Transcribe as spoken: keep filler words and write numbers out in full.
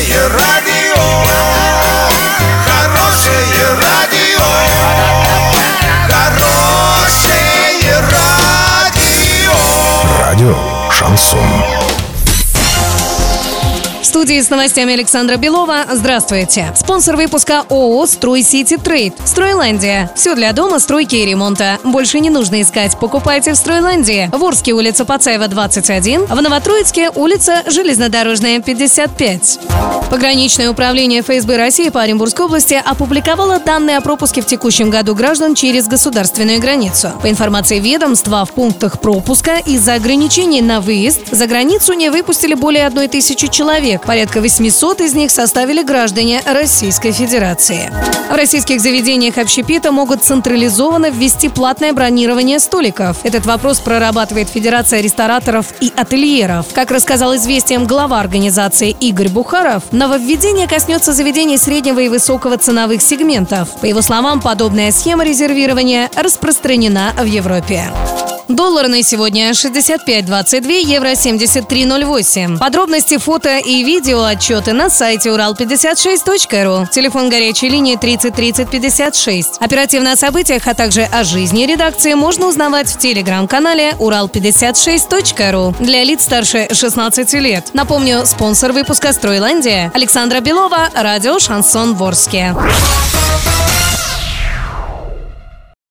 Хорошее радио, хорошее радио, хорошее радио. Радио Шансон. В студии с новостями Александра Белова. Здравствуйте. Спонсор выпуска ООО «Стройсити Трейд». «Стройландия». Все для дома, стройки и ремонта. Больше не нужно искать. Покупайте в «Стройландии». В Орске улица Пацаева, двадцать один. В Новотроицке улица Железнодорожная, пятьдесят пять. Пограничное управление эф эс бэ России по Оренбургской области опубликовало данные о пропуске в текущем году граждан через государственную границу. По информации ведомства, в пунктах пропуска из-за ограничений на выезд за границу не выпустили более одной тысячи человек. Порядка восемьсот из них составили граждане Российской Федерации. В российских заведениях общепита могут централизованно ввести платное бронирование столиков. Этот вопрос прорабатывает Федерация рестораторов и ательеров. Как рассказал «Известиям» глава организации Игорь Бухаров, нововведение коснется заведений среднего и высокого ценовых сегментов. По его словам, подобная схема резервирования распространена в Европе. Доллар на сегодня шестьдесят пять двадцать два, евро семьдесят три ноль восемь. Подробности, фото и видео отчеты на сайте урал пятьдесят шесть точка ру. Телефон горячей линии тридцать тридцать пятьдесят шесть. Оперативно о событиях, а также о жизни редакции можно узнавать в телеграм-канале урал пятьдесят шесть точка ру для лиц старше шестнадцати лет. Напомню, спонсор выпуска «Стройландия». Александра Белова, радио «Шансон» в Орске.